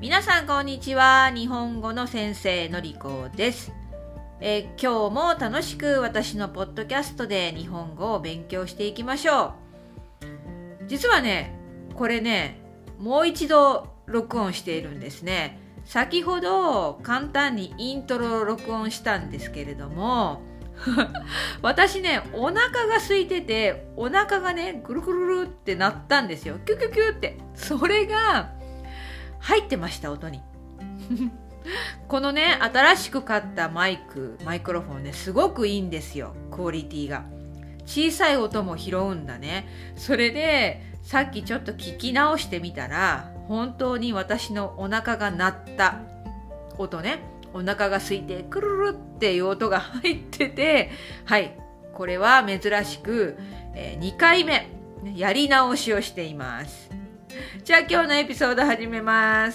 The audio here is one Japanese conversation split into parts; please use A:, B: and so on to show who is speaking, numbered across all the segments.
A: 皆さんこんにちは。日本語の先生のりこです。今日も楽しく私のポッドキャストで日本語を勉強していきましょう。実はね、これね、もう一度録音しているんですね。先ほど簡単にイントロを録音したんですけれども私ね、お腹が空いてて、お腹がね、ぐるぐるぐるってなったんですよ。キュキュキュって。それが入ってました、音に。このね、新しく買ったマイクロフォンね、すごくいいんですよ、クオリティが。小さい音も拾うんだね。それで、さっきちょっと聞き直してみたら、本当に私のお腹が鳴った音ね、お腹が空いてくるるっていう音が入ってて、はい、これは珍しく、2回目やり直しをしています。じゃあ今日のエピソード始めます。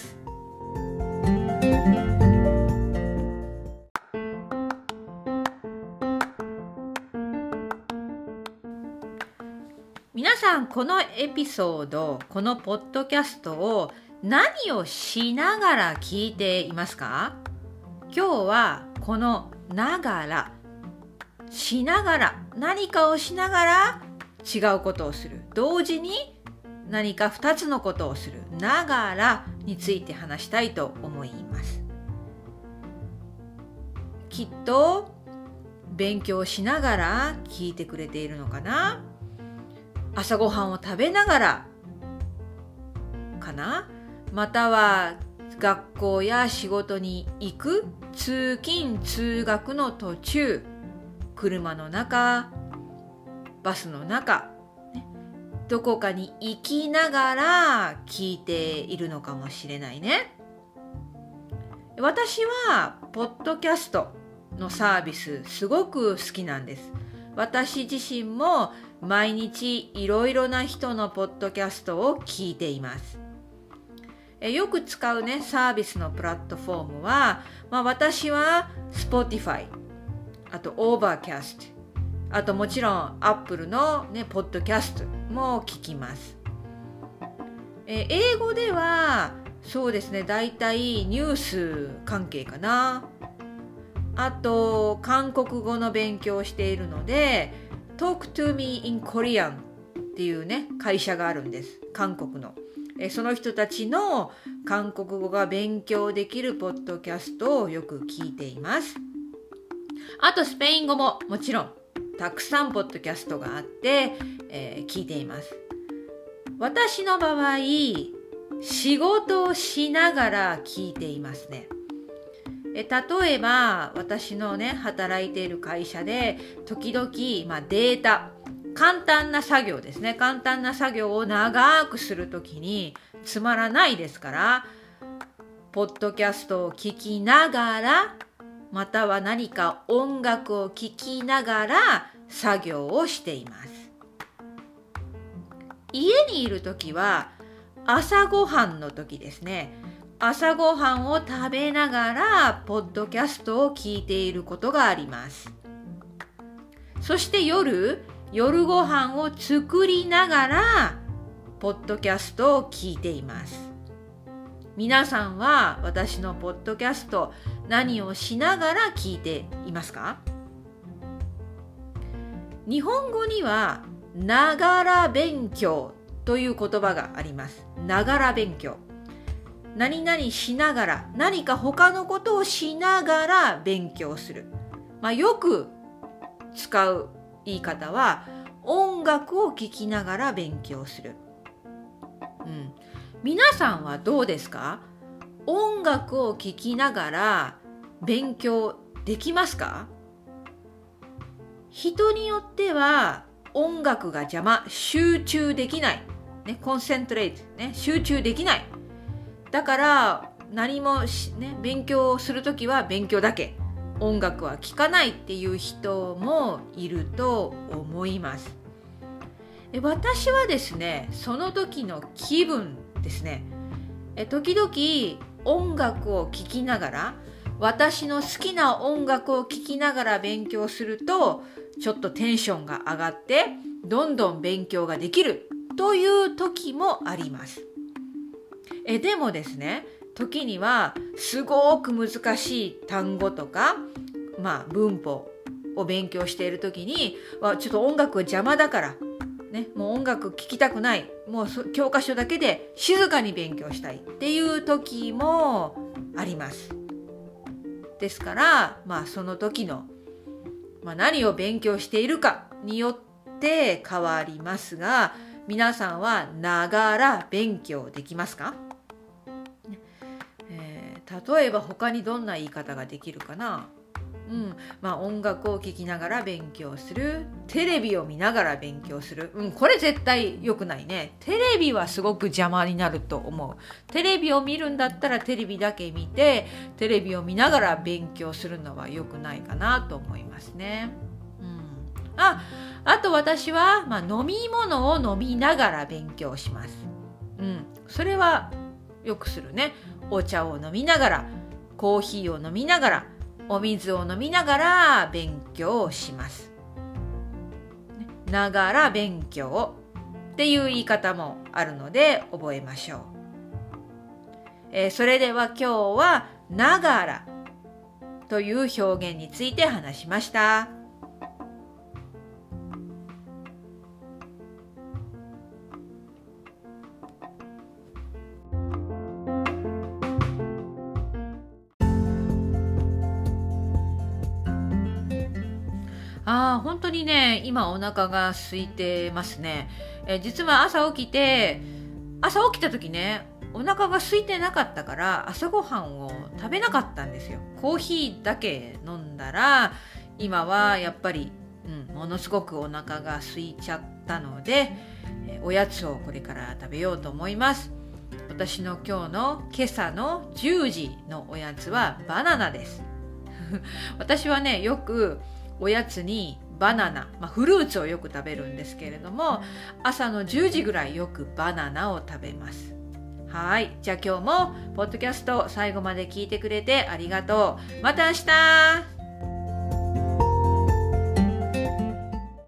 A: 皆さん、このエピソード、このポッドキャストを何をしながら聞いていますか？今日はこのながら、しながら、何かをしながら違うことをする。同時に何か2つのことをする。ながらについて話したいと思います。きっと勉強しながら聞いてくれているのかな？朝ごはんを食べながらかな？または学校や仕事に行く通勤通学の途中、車の中、バスの中、どこかに行きながら聞いているのかもしれないね。私はポッドキャストのサービスすごく好きなんです。私自身も毎日いろいろな人のポッドキャストを聞いています。よく使うね、サービスのプラットフォームは、私は Spotify、あと Overcast、あともちろん Apple のね、ポッドキャストも聞きます。英語ではそうですね、だいたいニュース関係かな。あと韓国語の勉強をしているので Talk to me in Korean っていうね、会社があるんです。韓国の。その人たちの韓国語が勉強できるポッドキャストをよく聞いています。あとスペイン語ももちろんたくさんポッドキャストがあって、聞いています。私の場合、仕事をしながら聞いていますね。例えば私のね、働いている会社で時々、データ、簡単な作業ですね。簡単な作業を長くするときにつまらないですから、ポッドキャストを聞きながら、または何か音楽を聴きながら作業をしています。家にいるときは朝ごはんの時ですね。朝ごはんを食べながらポッドキャストを聞いていることがあります。そして夜ごはんを作りながらポッドキャストを聞いています。皆さんは私のポッドキャスト何をしながら聞いていますか？日本語にはながら勉強という言葉があります。ながら勉強。何々しながら、何か他のことをしながら勉強する。よく使う言い方は音楽を聴きながら勉強する。皆さんはどうですか？音楽を聴きながら勉強できますか？人によっては音楽が邪魔、集中できない、ね、コンセントレート、ね、集中できない。だから何も勉強するときは勉強だけ、音楽は聴かないっていう人もいると思います。私はですね、その時の気分ですね。時々音楽を聴きながら、私の好きな音楽を聴きながら勉強すると、ちょっとテンションが上がってどんどん勉強ができるという時もあります。でもですね、 時にはすごく難しい単語とか、文法を勉強している時にちょっと音楽が邪魔だから、ね、もう音楽聴きたくない、もう教科書だけで静かに勉強したいっていう時もあります。ですから、その時の、何を勉強しているかによって変わりますが、皆さんはながら勉強できますか？例えば他にどんな言い方ができるかな？音楽を聴きながら勉強する、テレビを見ながら勉強する、これ絶対良くないね。テレビはすごく邪魔になると思う。テレビを見るんだったらテレビだけ見て、テレビを見ながら勉強するのは良くないかなと思いますね。あと私は、飲み物を飲みながら勉強します。それはよくするね。お茶を飲みながら、コーヒーを飲みながら、お水を飲みながら勉強をします。ながら勉強っていう言い方もあるので覚えましょう。それでは今日はながらという表現について話しました。本当にね、今お腹が空いてますね。実は朝起きた時ね、お腹が空いてなかったから朝ごはんを食べなかったんですよ。コーヒーだけ飲んだら、今はやっぱり、ものすごくお腹が空いちゃったので、おやつをこれから食べようと思います。私の今朝の10時のおやつはバナナです。私はね、よくおやつにバナナ、フルーツをよく食べるんですけれども、朝の10時ぐらいよくバナナを食べます。はい、じゃあ今日もポッドキャスト最後まで聞いてくれてありがとう。また明日。